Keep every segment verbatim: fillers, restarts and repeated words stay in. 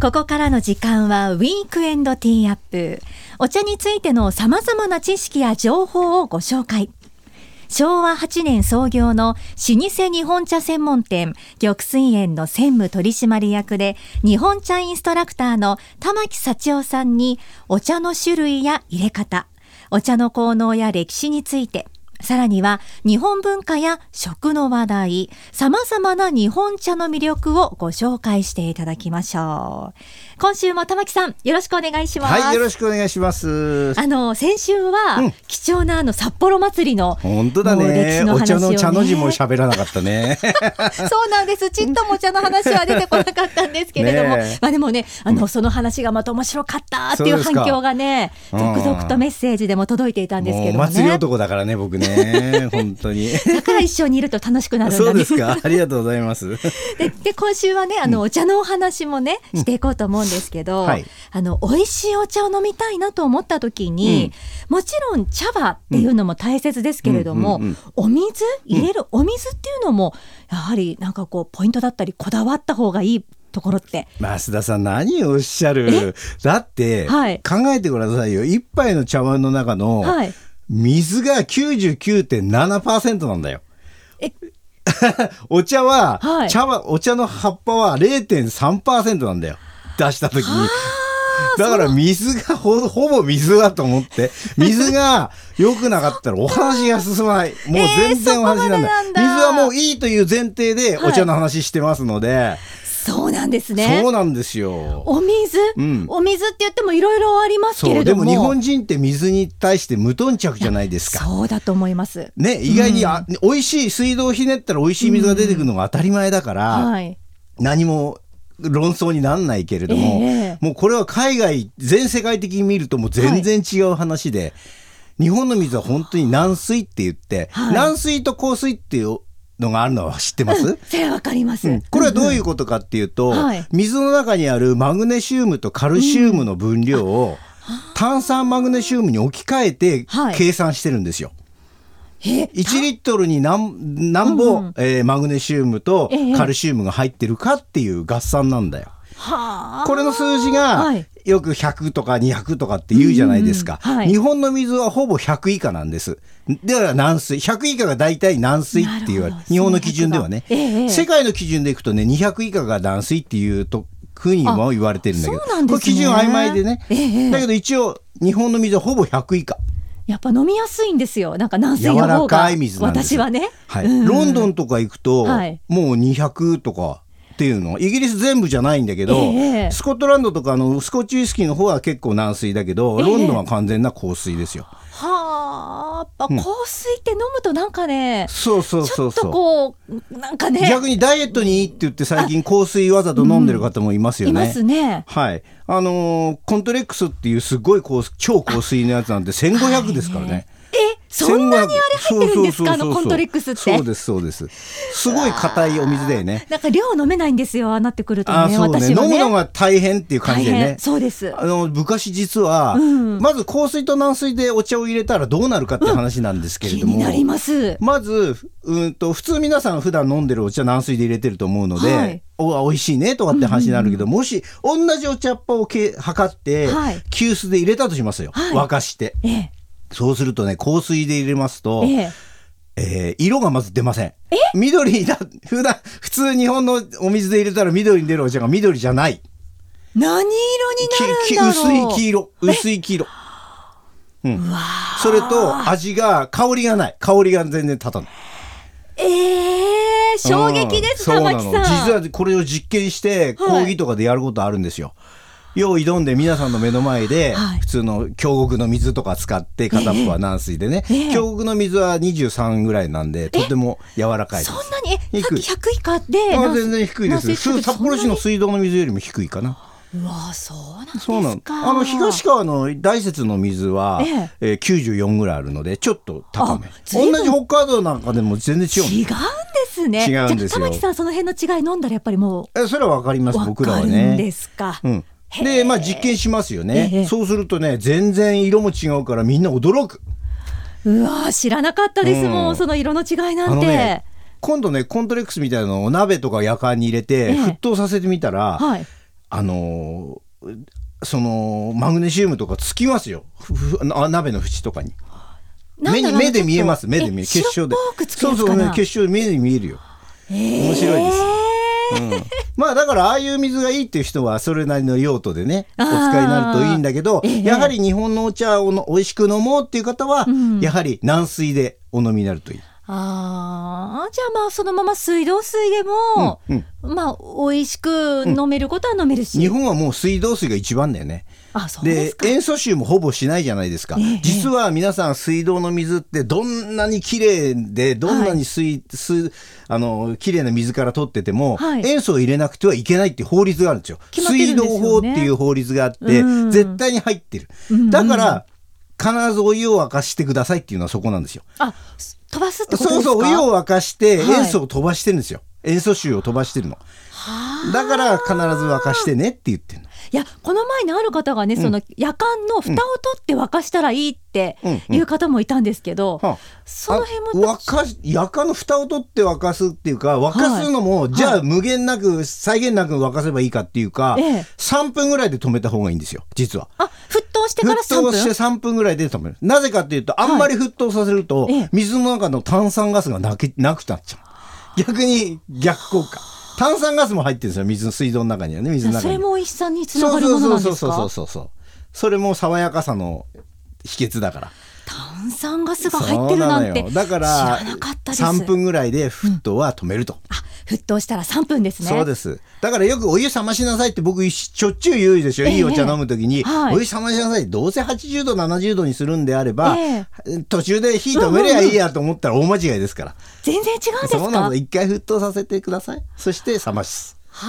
ここからの時間はウィークエンドティーアップ。お茶についての様々な知識や情報をご紹介。しょうわはちねん創業の老舗日本茶専門店玉水園の専務取締役で日本茶インストラクターの玉木幸男さんにお茶の種類や入れ方、お茶の効能や歴史について、さらには日本文化や食の話題、様々な日本茶の魅力をご紹介していただきましょう。今週も玉木さんよろしくお願いします。 はい、よろしくお願いします。 あの先週は、うん、貴重なあの札幌祭りの本当だね、 歴史の話をね、 お茶の茶の字も喋らなかったねそうなんです。ちっともお茶の話は出てこなかったんですけれども、ね、まあでもね、あの、うん、その話がまた面白かったっていう反響がね、続々とメッセージでも届いていたんですけどもね。 もう祭り男だからね僕ね本当にだから一緒にいると楽しくなるんだね。 そうですか、ありがとうございますで, で今週はね、あの、うん、お茶のお話もねしていこうと思うんですけど、うんはい、あの美味しいお茶を飲みたいなと思った時に、うん、もちろん茶葉っていうのも大切ですけれども、うんうんうんうん、お水入れるお水っていうのもやはりなんかこうポイントだったりこだわった方がいいところって。 増田さん何をおっしゃる。だって、はい、考えてくださいよ。一杯の茶碗の中の、はい、水が きゅうじゅうきゅうてんななパーセント なんだよ。えお茶は、はい、茶はお茶の葉っぱは れいてんさんパーセント なんだよ。出した時に。だから水が ほ, ほぼ水だと思って水が良くなかったらお話が進まない。もう全然お話なんだ。えー、なんだ。水はもういいという前提でお茶の話してますので、はい、 そうなんですね。 そうなんですよ。 お水、うん、お水って言ってもいろいろありますけれども、 そうでも日本人って水に対して無頓着じゃないですか。 そうだと思います、 ね、意外に、うん、美味しい水道をひねったら美味しい水が出てくるのが当たり前だから、うんはい、何も論争になんないけれども、えー、もうこれは海外全世界的に見るともう全然違う話で、はい、日本の水は本当に軟水って言って、はい、軟水と硬水っていうのがあるのは知ってます？うん、 それはわかります、うん、 これはどういうことかっていうと、うんはい、水の中にあるマグネシウムとカルシウムの分量を炭酸マグネシウムに置き換えて計算してるんですよ。いちリットルに何、何ぼ、うんえー、マグネシウムとカルシウムが入ってるかっていう合算なんだよ。はこれの数字がよくひゃくとかにひゃくとかって言うじゃないですか、うんうんはい、日本の水はほぼひゃく以下なんです。では軟水、ひゃく以下が大体軟水って言われる。日本の基準ではね、ええ、世界の基準でいくとねにひゃく以下が軟水っていうとふうにも言われてるんだけど、 そうなんですね、 これ基準曖昧でね、ええ、だけど一応日本の水はほぼひゃく以下。 やっぱ飲みやすいんですよ。なんか軟水の方が柔らかい水なんですよ。 私はね、 はいうん、ロンドンとか行くと、はい、もうにひゃくとかっていうのイギリス全部じゃないんだけど、えー、スコットランドとかのスコッチウイスキーの方は結構軟水だけど、ロンドンは完全な硬水ですよ。 はあ、やっぱ硬水って飲むとなんかね、 うん、そうそうそうそう、 ちょっとこうなんかね、 逆にダイエットにいいって言って最近硬水わざと飲んでる方もいますよね、 うん、いますね。 はい、あのー、コントレックスっていうすごい超硬水のやつなんてせんごひゃくですからね。 え、そんなにあれ入ってるんですか？あのコントレックスって。 そうですそうです。すごい硬いお水だよね。 なんか量飲めないんですよ、なってくるとね。 あ、そうね、 私はね、 飲むのが大変っていう感じでね。 そうです。 あの昔実は、うん、まず硬水と軟水でお茶を入れたらどうなるかって話なんですけれども、うん、気になります。まずうんと普通皆さん普段飲んでるお茶軟水で入れてると思うので、はい、お美味しいねとかって話になるけど、うんうんうん、もし同じお茶っ葉をけ測って、はい、急須で入れたとしますよ、はい、沸かして、ええ、そうするとね、硬水で入れますと、えええー、色がまず出ません。え緑だ。普段普通日本のお水で入れたら緑に出るお茶が緑じゃない。 何色になるんだろう。 薄い黄色、薄い黄色、うん、うわそれと味が、香りがない。香りが全然立たない。 えー、衝撃です、玉木さん。 実はこれを実験して講義とかでやることあるんですよ、はい、用意挑んで皆さんの目の前で、はい、普通の京極の水とか使って片っぽは軟水でね、えーえー、京極の水はにじゅうさんぐらいなんでとても柔らかいです。 そんなにえさっきひゃく以下で、 あ、全然低いです。札幌市の水道の水よりも低いかな。 うわ、そうなんですか。 そうなの。あの東川の大雪の水は、えええー、きゅうじゅうよんぐらいあるのでちょっと高め。同じ北海道なんかでも全然違うんです。 違うんですね。 違うんですよ。 じゃあ玉木さん、その辺の違い飲んだらやっぱりもうえそれは分かります。僕らはね。 分かるんですか。 うん。で、まあ実験しますよね、ええ、そうするとね、全然色も違うからみんな驚く。 うわ、知らなかったですもん、うん、その色の違いなんて、ね、 今度ねコントレックスみたいなのを鍋とかやかんに入れて、ええ、沸騰させてみたら、はい、 あのー、そのマグネシウムとかつきますよ、鍋の縁とかに。目に目で見えます。目で見える。結晶で。そうそうね、結晶で目で見えるよ。面白いです。うん、まあだからああいう水がいいっていう人はそれなりの用途でねお使いになるといいんだけど、やはり日本のお茶をの美味しく飲もうっていう方は、うん、やはり軟水でお飲みになるといい。 あじゃあまあそのまま水道水でも、うんうん、まあ美味しく飲めることは飲めるし、 うん、日本はもう水道水が一番だよね。 あそうですか。 で塩素臭もほぼしないじゃないですか、ええ、実は皆さん水道の水ってどんなにきれいでどんなに水、はい、あのきれいな水から取ってても、はい、塩素を入れなくてはいけないっていう法律があるんですよ。 決まってるんですよね。 水道法っていう法律があって、うん、絶対に入ってる、うん、だから必ずお湯を沸かしてくださいっていうのはそこなんですよ。 あ飛ばすってことですか。 そうそう、お湯を沸かして塩素を飛ばしてるんですよ、はい、塩素臭を飛ばしてるの。だから必ず沸かしてねって言ってるの。 いやこの前にある方がね、うん、その夜間の蓋を取って沸かしたらいいっていう方もいたんですけど、うんうん、その辺も沸か夜間の蓋を取って沸かすっていうか沸かすのも、はい、じゃあ無限なく際限なく沸かせばいいかっていうか、ええ、さんぷんぐらいで止めた方がいいんですよ実は。 あ沸騰してからさんぷん。 沸騰してさんぷんぐらいで止める。なぜかっていうとあんまり沸騰させると、はい、水の中の炭酸ガスがなく、なくなっちゃう。逆に逆効果。炭酸ガスも入ってるんですよ水の水道の中にはね。水の中にそれも美味しさにつながるものなんですか。 そうそうそうそうそう。それも爽やかさの秘訣だから。 炭酸ガスが入ってるなんてだから知らなかったです。 さんぷんぐらいで沸騰は止めると、うん、 あ沸騰したらさんぷんですね。 そうです。だからよくお湯冷ましなさいって僕しょっちゅう言うでしょ、えー、いいお茶飲むときに、はい、お湯冷ましなさい。どうせはちじゅうどななじゅうどにするんであれば、えー、途中で火止めりゃいいやと思ったら大間違いですから。 全然違うんですか。 そうなの。一回沸騰させてください。そして冷ますは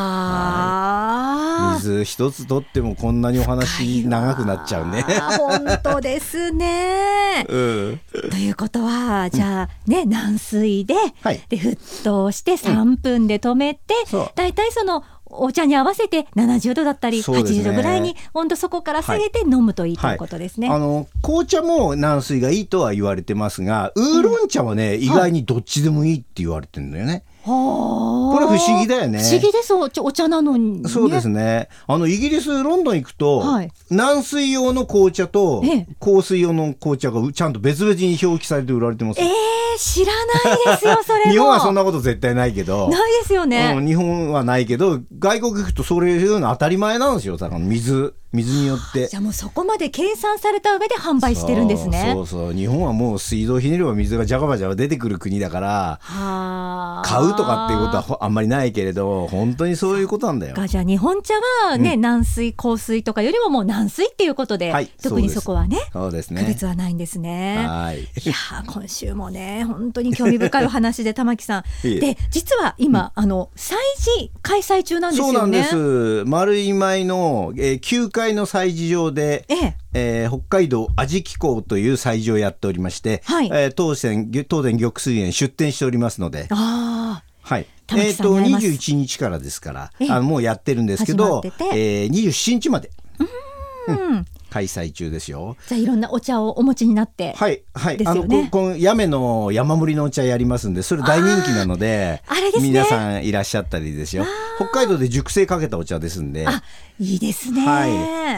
あ、 水一つとってもこんなにお話長くなっちゃうね。 本当ですね、うん、ということはじゃあね、うん、軟水 で,、はい、で沸騰してさんぷんで止めて、うん、だいたいそのお茶に合わせてななじゅうどだったり、ね、はちじゅうどぐらいに温度そこから下げて飲むといいということですね、 はいはい、あの紅茶も軟水がいいとは言われてますが、ウーロン茶はね、うん、意外にどっちでもいいって言われてるんだよね。これ不思議だよね。 不思議です。お茶なのに、ね、 そうですね。あのイギリスロンドン行くと、はい、軟水用の紅茶と硬水用の紅茶がちゃんと別々に表記されて売られてます。 えー、知らないですよそれも。 日本はそんなこと絶対ないけど。 ないですよね、 うん、日本はないけど外国行くとそれいうの当たり前なんですよ。だから水水によって。 じゃあもうそこまで計算された上で販売してるんですね。 そうそうそう。日本はもう水道ひねれば水がジャカバジャカ出てくる国だから、は買うとかっていうことはあんまりないけれど、本当にそういうことなんだよ。 じゃあ日本茶はね、うん、軟水硬水とかよりももう軟水っていうことで、はい、特にそこはね、 そうですね、 区別はないんですね。 はい。いや今週もね本当に興味深いお話で玉木さんで実は今、うん、あの催事開催中なんですよね。 そうなんです。丸井舞の、えー、きゅうかいの催事場で、えええー、北海道味気候という催事をやっておりまして、はい、えー、当店東電玉水園出店しておりますので、あ、はい、えー、とにじゅういちにちからですから、ええ、あのもうやってるんですけど、えー、にじゅうしちにちまで、うん、うん、開催中ですよ。 じゃあいろんなお茶をお持ちになって、 はいはい、ですよね。あのこの八女の山盛りのお茶やりますんで、それ大人気なので、 あれですね、 皆さんいらっしゃったりですよ。北海道で熟成かけたお茶ですんで、 あ、いいですね、 はい、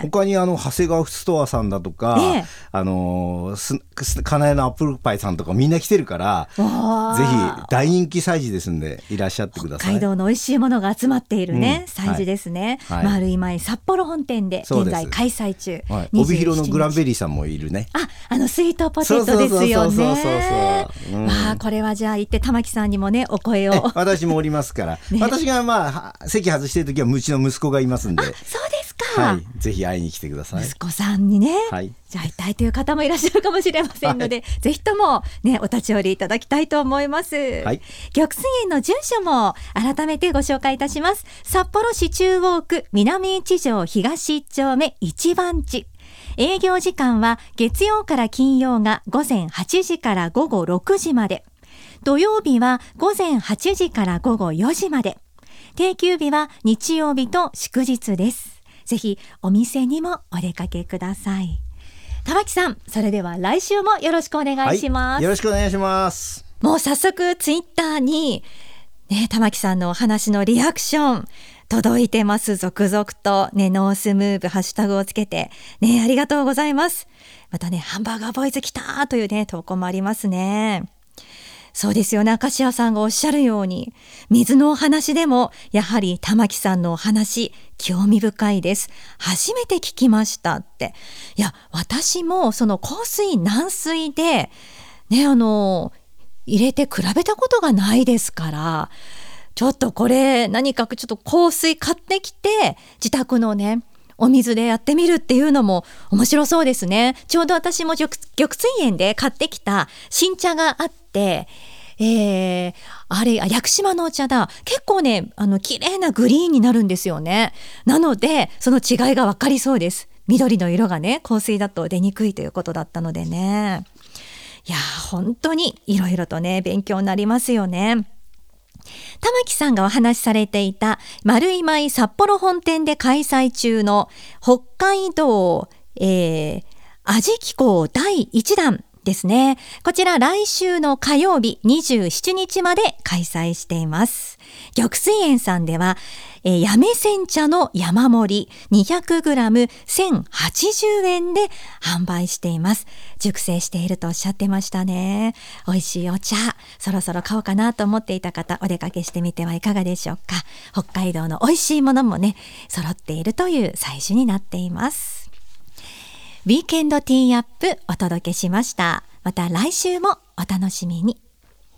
他にあの長谷川ストアさんだとか、ええ、あの金谷のアップルパイさんとかみんな来てるから、ぜひ大人気催事ですんでいらっしゃってください。 北海道の美味しいものが集まっているね、うん、催事ですね、はい、丸井舞札幌本店で現在開催中、 はい、帯広のグランベリーさんもいるね。 あ、あのスイートポテトですよね。まあこれはじゃあ行って玉木さんにもねお声を。 私もおりますから、ね、私がまあ席外してる時はうちの息子がいますんで。 そうですか、 はい、ぜひ会いに来てください。 息子さんにね、 はい、 じゃあ会いたいという方もいらっしゃるかもしれませんので、はい、ぜひともねお立ち寄りいただきたいと思います、はい、玉水園の住所も改めてご紹介いたします。札幌市中央区南一条東一丁目一番地、営業時間は月曜から金曜がごぜんはちじからごごろくじまで、土曜日はごぜんはちじからごごよじまで、定休日は日曜日と祝日です。ぜひお店にもお出かけください。玉木さん、それでは来週もよろしくお願いします、 はい、よろしくお願いします。 もう早速ツイッターにね、玉木さんのお話のリアクション届いてます。続々とね、ノースムーブハッシュタグをつけてね、ありがとうございます。またね、ハンバーガーボーイズ来たというね投稿もありますね。そうですよね、明石家さんがおっしゃるように、水のお話でもやはり玉木さんのお話興味深いです。初めて聞きましたって。いや、私もその硬水軟水でね、あの入れて比べたことがないですから、ちょっとこれ何かちょっと硬水買ってきて自宅のねお水でやってみるっていうのも面白そうですね。ちょうど私も玉玉水園で買ってきた新茶があって、えー、あれ屋久島のお茶だ。結構ね、あの綺麗なグリーンになるんですよね。なのでその違いが分かりそうです。緑の色がね硬水だと出にくいということだったのでね。いや本当にいろいろとね勉強になりますよね。玉木さんがお話しされていた丸井舞札幌本店で開催中の北海道、えー、味機構だいいち弾ですね。こちら来週の火曜日にじゅうしちにちまで開催しています。玉水園さんでは、えー、八女煎茶の山盛り にひゃくグラムせんはちじゅうえんで販売しています。熟成しているとおっしゃってましたね。美味しいお茶、そろそろ買おうかなと思っていた方、お出かけしてみてはいかがでしょうか。北海道の美味しいものもね揃っているという催しになっています。ウィークエンドティーアップお届けしました。また来週もお楽しみに。